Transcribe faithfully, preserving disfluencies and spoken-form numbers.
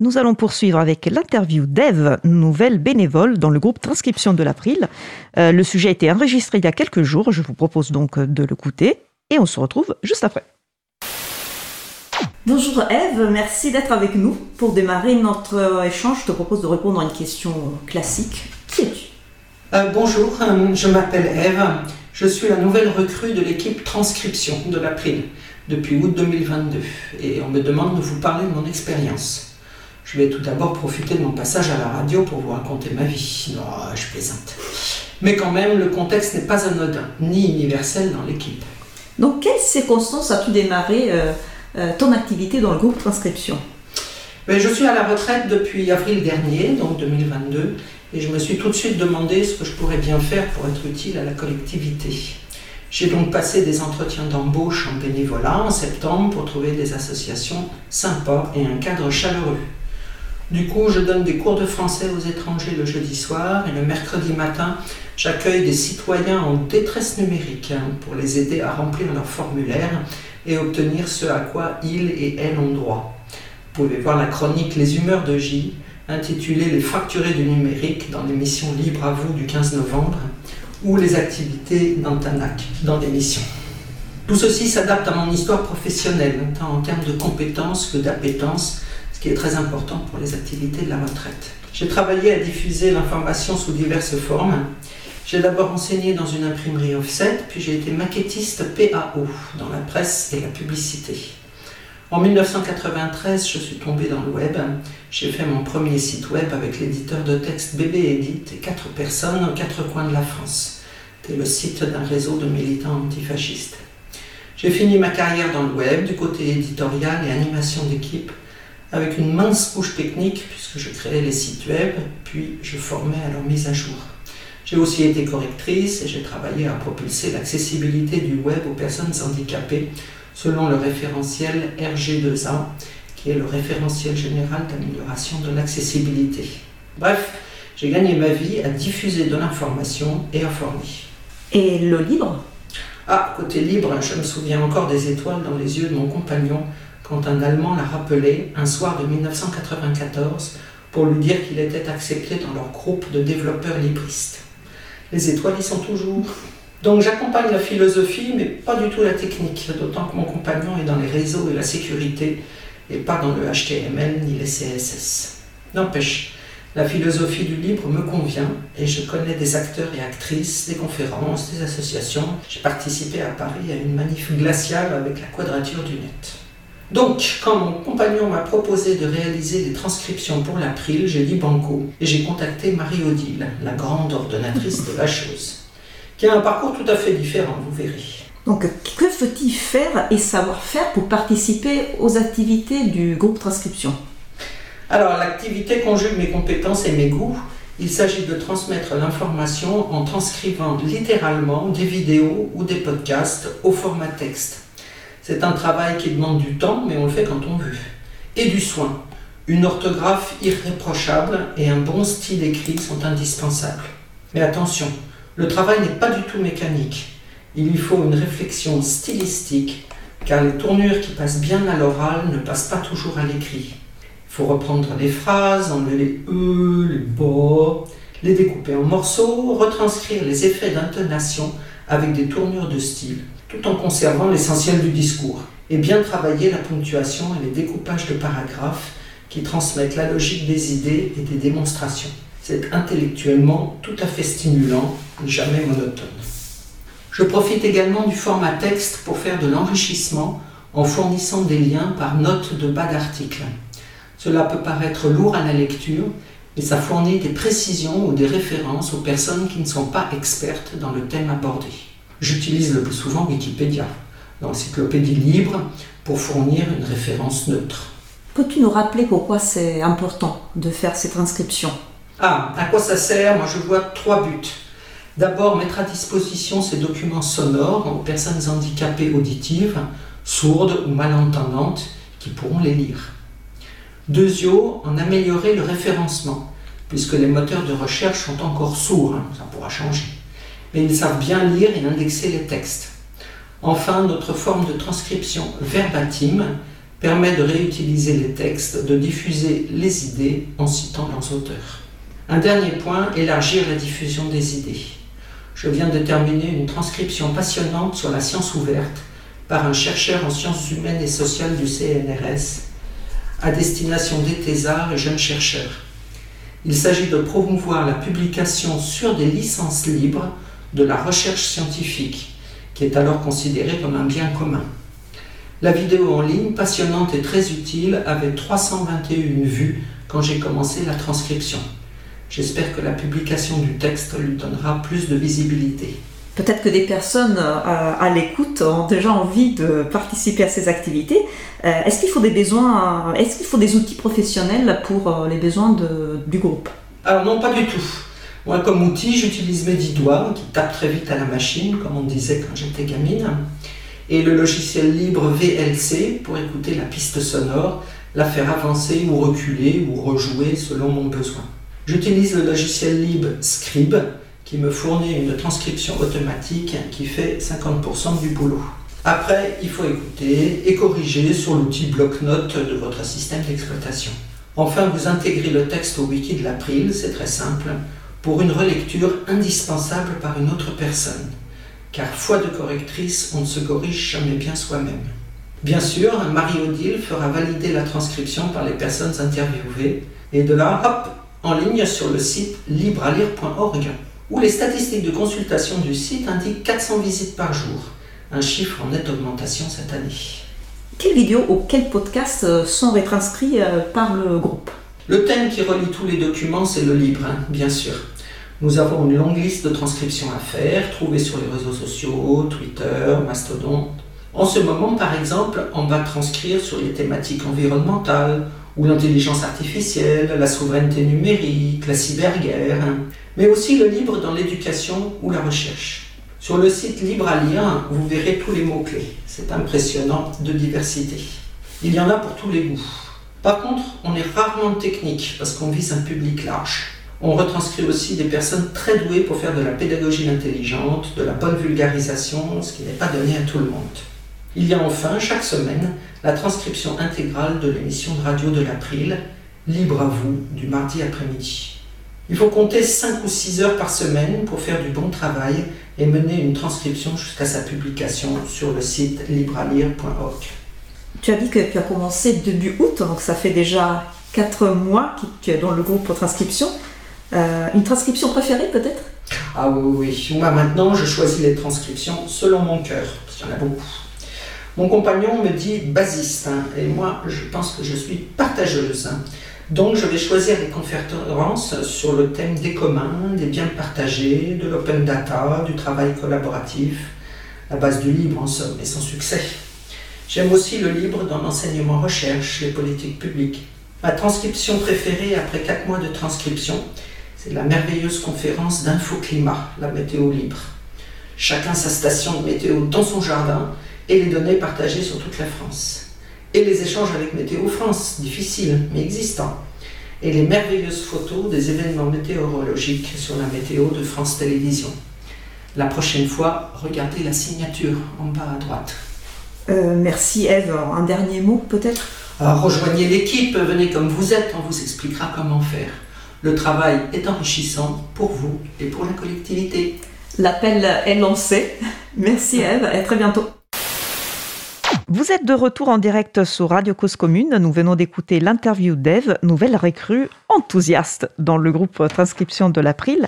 Nous allons poursuivre avec l'interview d'Ève, nouvelle bénévole dans le groupe Transcription de l'April. Euh, le sujet a été enregistré il y a quelques jours, je vous propose donc de l'écouter et on se retrouve juste après. Bonjour Ève, merci d'être avec nous. Pour démarrer notre échange, je te propose de répondre à une question classique. Qui es-tu ? euh, Bonjour, je m'appelle Ève. Je suis la nouvelle recrue de l'équipe Transcription de l'April depuis août deux mille vingt-deux et on me demande de vous parler de mon expérience. Je vais tout d'abord profiter de mon passage à la radio pour vous raconter ma vie. Non, je plaisante. Mais quand même, le contexte n'est pas anodin, ni universel dans l'équipe. Dans quelles circonstances as-tu démarré euh, euh, ton activité dans le groupe Transcription ? Mais je suis à la retraite depuis avril dernier, donc deux mille vingt-deux, et je me suis tout de suite demandé ce que je pourrais bien faire pour être utile à la collectivité. J'ai donc passé des entretiens d'embauche en bénévolat en septembre pour trouver des associations sympas et un cadre chaleureux. Du coup, je donne des cours de français aux étrangers le jeudi soir et le mercredi matin, j'accueille des citoyens en détresse numérique hein, pour les aider à remplir leur formulaire et obtenir ce à quoi ils et elles ont droit. Vous pouvez voir la chronique Les humeurs de J, intitulée Les fracturés du numérique dans l'émission Libre à vous du quinze novembre, ou les activités d'Antanac dans l'émission. Tout ceci s'adapte à mon histoire professionnelle, tant en termes de compétences que d'appétence, qui est très important pour les activités de la retraite. J'ai travaillé à diffuser l'information sous diverses formes. J'ai d'abord enseigné dans une imprimerie offset, puis j'ai été maquettiste P A O dans la presse et la publicité. En dix-neuf cent quatre-vingt-treize, je suis tombée dans le web. J'ai fait mon premier site web avec l'éditeur de texte B B Edit et quatre personnes aux quatre coins de la France. C'était le site d'un réseau de militants antifascistes. J'ai fini ma carrière dans le web, du côté éditorial et animation d'équipe, avec une mince couche technique, puisque je créais les sites web, puis je formais à leur mise à jour. J'ai aussi été correctrice et j'ai travaillé à propulser l'accessibilité du web aux personnes handicapées selon le référentiel R G deux A, qui est le référentiel général d'amélioration de l'accessibilité. Bref, j'ai gagné ma vie à diffuser de l'information et à former. Et le libre ? Ah, côté libre, je me souviens encore des étoiles dans les yeux de mon compagnon quand un Allemand l'a rappelé un soir de dix-neuf cent quatre-vingt-quatorze pour lui dire qu'il était accepté dans leur groupe de développeurs libristes. Les étoiles y sont toujours. Donc j'accompagne la philosophie, mais pas du tout la technique, d'autant que mon compagnon est dans les réseaux et la sécurité, et pas dans le H T M L ni les C S S. N'empêche, la philosophie du libre me convient, et je connais des acteurs et actrices, des conférences, des associations. J'ai participé à Paris à une manif glaciale avec la Quadrature du Net. Donc, quand mon compagnon m'a proposé de réaliser des transcriptions pour l'April, j'ai dit banco et j'ai contacté Marie-Odile, la grande ordonnatrice de la chose, qui a un parcours tout à fait différent, vous verrez. Donc, que faut-il faire et savoir faire pour participer aux activités du groupe Transcription ? Alors, l'activité conjugue mes compétences et mes goûts. Il s'agit de transmettre l'information en transcrivant littéralement des vidéos ou des podcasts au format texte. C'est un travail qui demande du temps, mais on le fait quand on veut. Et du soin. Une orthographe irréprochable et un bon style écrit sont indispensables. Mais attention, le travail n'est pas du tout mécanique. Il lui faut une réflexion stylistique, car les tournures qui passent bien à l'oral ne passent pas toujours à l'écrit. Il faut reprendre les phrases, enlever les E, les bas, les découper en morceaux, retranscrire les effets d'intonation avec des tournures de style, tout en conservant l'essentiel du discours, et bien travailler la ponctuation et les découpages de paragraphes qui transmettent la logique des idées et des démonstrations. C'est intellectuellement tout à fait stimulant et jamais monotone. Je profite également du format texte pour faire de l'enrichissement en fournissant des liens par note de bas d'article. Cela peut paraître lourd à la lecture, mais ça fournit des précisions ou des références aux personnes qui ne sont pas expertes dans le thème abordé. J'utilise le plus souvent Wikipédia, l'encyclopédie libre, pour fournir une référence neutre. Peux-tu nous rappeler pourquoi c'est important de faire ces transcriptions ? Ah, à quoi ça sert ? Moi je vois trois buts. D'abord, mettre à disposition ces documents sonores aux personnes handicapées auditives, sourdes ou malentendantes, qui pourront les lire. Deuxièmement, en améliorer le référencement, puisque les moteurs de recherche sont encore sourds, hein, ça pourra changer. Mais ils savent bien lire et indexer les textes. Enfin, notre forme de transcription verbatim permet de réutiliser les textes, de diffuser les idées en citant leurs auteurs. Un dernier point, élargir la diffusion des idées. Je viens de terminer une transcription passionnante sur la science ouverte par un chercheur en sciences humaines et sociales du C N R S à destination des thésards et jeunes chercheurs. Il s'agit de promouvoir la publication sur des licences libres de la recherche scientifique, qui est alors considérée comme un bien commun. La vidéo en ligne, passionnante et très utile, avait trois cent vingt et une vues quand j'ai commencé la transcription. J'espère que la publication du texte lui donnera plus de visibilité. Peut-être que des personnes euh, à l'écoute ont déjà envie de participer à ces activités. Euh, est-ce qu'il faut des besoins, est-ce qu'il faut des outils professionnels pour euh, les besoins de, du groupe ? Alors non, pas du tout. Moi, comme outil, j'utilise mes dix doigts qui tapent très vite à la machine, comme on disait quand j'étais gamine, et le logiciel libre V L C pour écouter la piste sonore, la faire avancer ou reculer ou rejouer selon mon besoin. J'utilise le logiciel libre Scribe qui me fournit une transcription automatique qui fait cinquante pour cent du boulot. Après, il faut écouter et corriger sur l'outil bloc-notes de votre système d'exploitation. Enfin, vous intégrez le texte au wiki de l'April, c'est très simple, pour une relecture indispensable par une autre personne. Car foi de correctrice, on ne se corrige jamais bien soi-même. Bien sûr, Marie-Odile fera valider la transcription par les personnes interviewées, et de là, hop, en ligne sur le site libre à lire point org, où les statistiques de consultation du site indiquent quatre cents visites par jour, un chiffre en nette augmentation cette année. Quelles vidéos ou quels podcasts sont retranscrits par le groupe ? Le thème qui relie tous les documents, c'est le libre, hein, bien sûr. Nous avons une longue liste de transcriptions à faire, trouvées sur les réseaux sociaux, Twitter, Mastodon. En ce moment, par exemple, on va transcrire sur les thématiques environnementales, ou l'intelligence artificielle, la souveraineté numérique, la cyberguerre, mais aussi le libre dans l'éducation ou la recherche. Sur le site Libre à lire, vous verrez tous les mots-clés. C'est impressionnant de diversité. Il y en a pour tous les goûts. Par contre, on est rarement technique parce qu'on vise un public large. On retranscrit aussi des personnes très douées pour faire de la pédagogie intelligente, de la bonne vulgarisation, ce qui n'est pas donné à tout le monde. Il y a enfin, chaque semaine, la transcription intégrale de l'émission de radio de l'April, Libre à vous, du mardi après-midi. Il faut compter cinq ou six heures par semaine pour faire du bon travail et mener une transcription jusqu'à sa publication sur le site libre à lire point org. Tu as dit que tu as commencé début août, donc ça fait déjà quatre mois que tu es dans le groupe pour transcription. Euh, une transcription préférée peut-être ? Ah oui, oui. Moi maintenant, je choisis les transcriptions selon mon cœur, parce qu'il y en a beaucoup. Mon compagnon me dit basiste, hein, et moi je pense que je suis partageuse. Hein. Donc je vais choisir les conférences sur le thème des communs, des biens partagés, de l'open data, du travail collaboratif, la base du libre en somme et son succès. J'aime aussi le libre dans l'enseignement recherche, les politiques publiques. Ma transcription préférée après quatre mois de transcription, c'est la merveilleuse conférence d'Infoclimat, la météo libre. Chacun sa station de météo dans son jardin, et les données partagées sur toute la France. Et les échanges avec Météo France, difficiles mais existants. Et les merveilleuses photos des événements météorologiques sur la météo de France Télévisions. La prochaine fois, regardez la signature en bas à droite. Euh, merci Ève. Un dernier mot peut-être ? Alors, rejoignez l'équipe, venez comme vous êtes, on vous expliquera comment faire. Le travail est enrichissant pour vous et pour la collectivité. L'appel est lancé. Merci Ève et à très bientôt. Vous êtes de retour en direct sur Radio Cause Commune. Nous venons d'écouter l'interview d'Ève, nouvelle recrue enthousiaste dans le groupe Transcription de l'April.